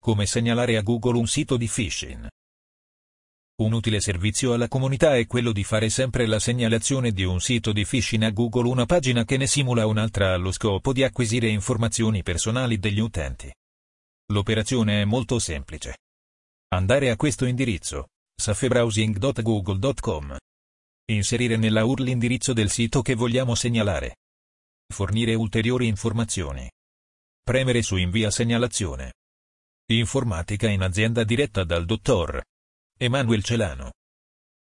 Come segnalare a Google un sito di phishing. Un utile servizio alla comunità è quello di fare sempre la segnalazione di un sito di phishing a Google, una pagina che ne simula un'altra allo scopo di acquisire informazioni personali degli utenti. L'operazione è molto semplice. Andare a questo indirizzo, safebrowsing.google.com. Inserire nella URL l'indirizzo del sito che vogliamo segnalare. Fornire ulteriori informazioni. Premere su invia segnalazione. Informatica in azienda diretta dal dottor Emanuel Celano.